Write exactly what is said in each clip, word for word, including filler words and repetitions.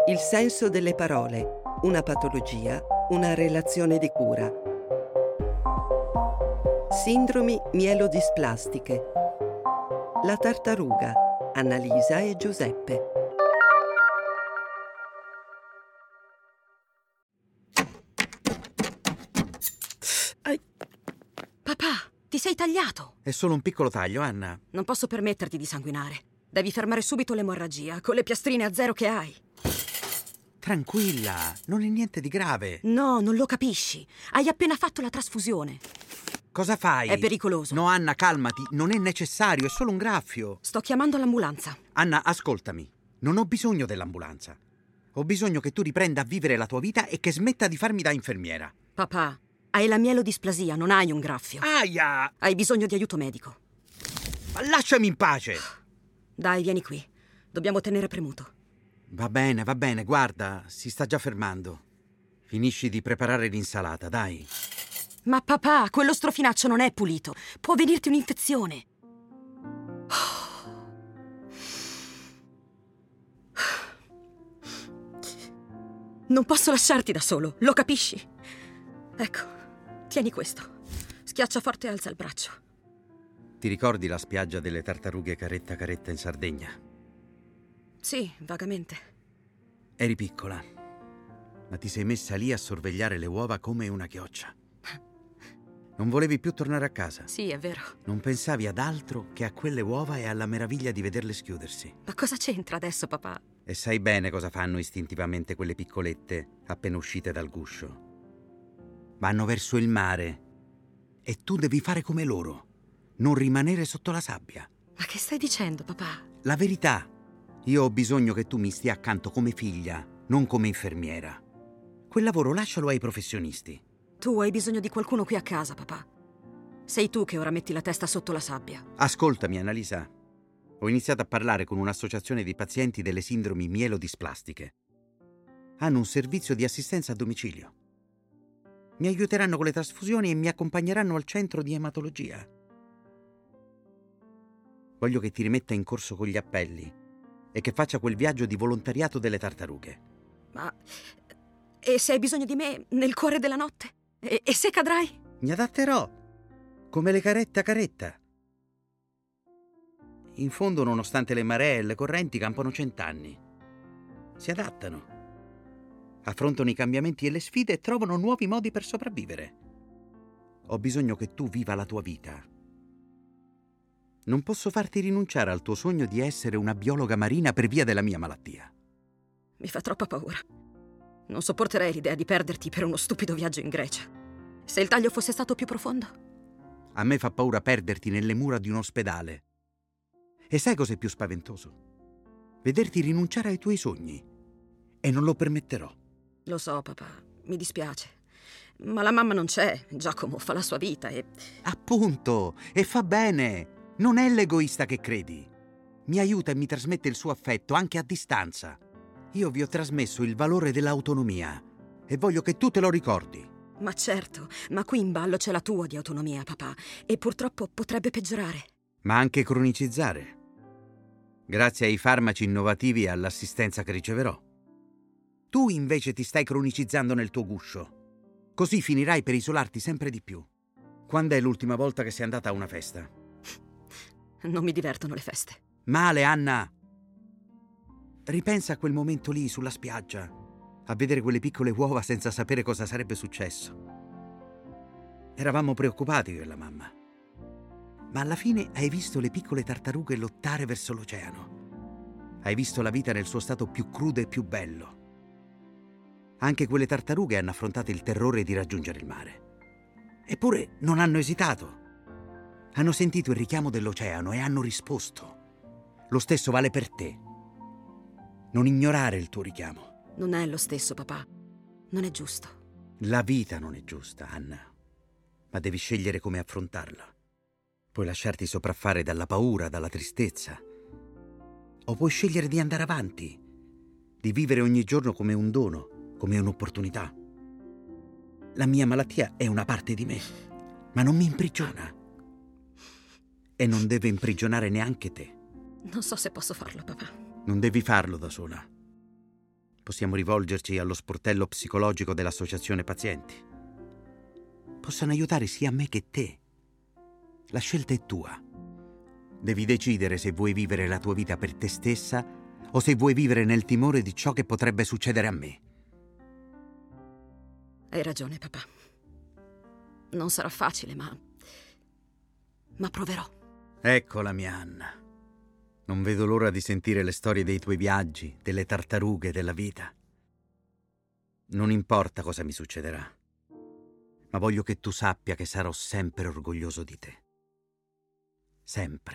Il senso delle parole, una patologia, una relazione di cura. Sindromi mielodisplastiche. La tartaruga, Annalisa e Giuseppe. Ai. Papà, ti sei tagliato. È solo un piccolo taglio, Anna. Non posso permetterti di sanguinare. Devi fermare subito l'emorragia, con le piastrine a zero che hai. Tranquilla, non è niente di grave. No, non lo capisci. Hai appena fatto la trasfusione. Cosa fai? È pericoloso. No, Anna, calmati. Non è necessario, è solo un graffio. Sto chiamando l'ambulanza. Anna, ascoltami. Non ho bisogno dell'ambulanza. Ho bisogno che tu riprenda a vivere la tua vita e che smetta di farmi da infermiera. Papà, hai la mielodisplasia, non hai un graffio. Aia! Hai bisogno di aiuto medico. Ma lasciami in pace! Dai, vieni qui. Dobbiamo tenere premuto. Va bene, va bene, guarda, si sta già fermando. Finisci di preparare l'insalata, dai. Ma papà, quello strofinaccio non è pulito. Può venirti un'infezione. Non posso lasciarti da solo, lo capisci? Ecco, tieni questo. Schiaccia forte e alza il braccio. Ti ricordi la spiaggia delle tartarughe Caretta Caretta in Sardegna? Sì, vagamente. Eri piccola, ma ti sei messa lì a sorvegliare le uova come una chioccia. Non volevi più tornare a casa. Sì, è vero. Non pensavi ad altro che a quelle uova e alla meraviglia di vederle schiudersi. Ma cosa c'entra adesso, papà? E sai bene cosa fanno istintivamente quelle piccolette appena uscite dal guscio. Vanno verso il mare e tu devi fare come loro, non rimanere sotto la sabbia. Ma che stai dicendo, papà? La verità. Io ho bisogno che tu mi stia accanto come figlia, non come infermiera. Quel lavoro lascialo ai professionisti. Tu hai bisogno di qualcuno qui a casa, papà. Sei tu che ora metti la testa sotto la sabbia. Ascoltami, Annalisa. Ho iniziato a parlare con un'associazione di pazienti delle sindromi mielodisplastiche. Hanno un servizio di assistenza a domicilio. Mi aiuteranno con le trasfusioni e mi accompagneranno al centro di ematologia. Voglio che ti rimetta in corso con gli appelli e che faccia quel viaggio di volontariato delle tartarughe. Ma... E se hai bisogno di me nel cuore della notte? E, e se cadrai? Mi adatterò, come le Caretta Caretta. In fondo, nonostante le maree e le correnti, campano cent'anni. Si adattano, affrontano i cambiamenti e le sfide e trovano nuovi modi per sopravvivere. Ho bisogno che tu viva la tua vita. Non posso farti rinunciare al tuo sogno di essere una biologa marina per via della mia malattia. Mi fa troppa paura. Non sopporterei l'idea di perderti per uno stupido viaggio in Grecia. Se il taglio fosse stato più profondo? A me fa paura perderti nelle mura di un ospedale. E sai cos'è più spaventoso? Vederti rinunciare ai tuoi sogni. E non lo permetterò. Lo so, papà. Mi dispiace. Ma la mamma non c'è. Giacomo fa la sua vita e... Appunto! E fa bene! Non è l'egoista che credi. Mi aiuta e mi trasmette il suo affetto anche a distanza. Io vi ho trasmesso il valore dell'autonomia e voglio che tu te lo ricordi. Ma certo, ma qui in ballo c'è la tua di autonomia, papà, e purtroppo potrebbe peggiorare. Ma anche cronicizzare. Grazie ai farmaci innovativi e all'assistenza che riceverò. Tu invece ti stai cronicizzando nel tuo guscio. Così finirai per isolarti sempre di più. Quando è l'ultima volta che sei andata a una festa? Non mi divertono le feste. Male, Anna! Ripensa a quel momento lì, sulla spiaggia, a vedere quelle piccole uova senza sapere cosa sarebbe successo. Eravamo preoccupati io e la mamma. Ma alla fine hai visto le piccole tartarughe lottare verso l'oceano. Hai visto la vita nel suo stato più crudo e più bello. Anche quelle tartarughe hanno affrontato il terrore di raggiungere il mare. Eppure non hanno esitato. Hanno sentito il richiamo dell'oceano e hanno risposto. Lo stesso vale per te. Non ignorare il tuo richiamo. Non è lo stesso, papà. Non è giusto. La vita non è giusta, Anna. Ma devi scegliere come affrontarla. Puoi lasciarti sopraffare dalla paura, dalla tristezza. O puoi scegliere di andare avanti, di vivere ogni giorno come un dono, come un'opportunità. La mia malattia è una parte di me, ma non mi imprigiona. E non deve imprigionare neanche te. Non so se posso farlo, papà. Non devi farlo da sola. Possiamo rivolgerci allo sportello psicologico dell'Associazione Pazienti. Possono aiutare sia me che te. La scelta è tua. Devi decidere se vuoi vivere la tua vita per te stessa o se vuoi vivere nel timore di ciò che potrebbe succedere a me. Hai ragione, papà. Non sarà facile, ma... ma proverò. Ecco la mia Anna. Non vedo l'ora di sentire le storie dei tuoi viaggi, delle tartarughe, della vita. Non importa cosa mi succederà, ma voglio che tu sappia che sarò sempre orgoglioso di te. Sempre.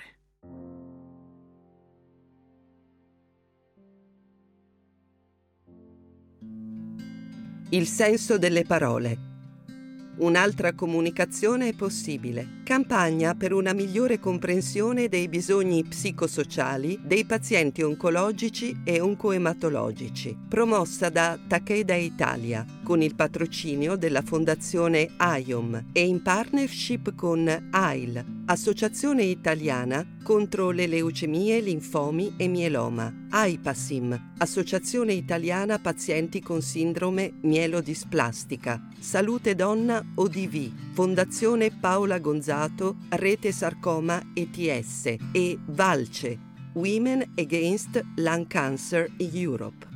Il senso delle parole. Un'altra comunicazione è possibile. Campagna per una migliore comprensione dei bisogni psicosociali dei pazienti oncologici e oncoematologici, promossa da Takeda Italia, con il patrocinio della Fondazione AIOM e in partnership con A I L, Associazione Italiana contro le leucemie, linfomi e mieloma, AIPASIM, Associazione Italiana Pazienti con Sindrome Mielodisplastica, Salute Donna O D V, Fondazione Paola Gonzato, Rete Sarcoma E T S e VALCE, Women Against Lung Cancer Europe.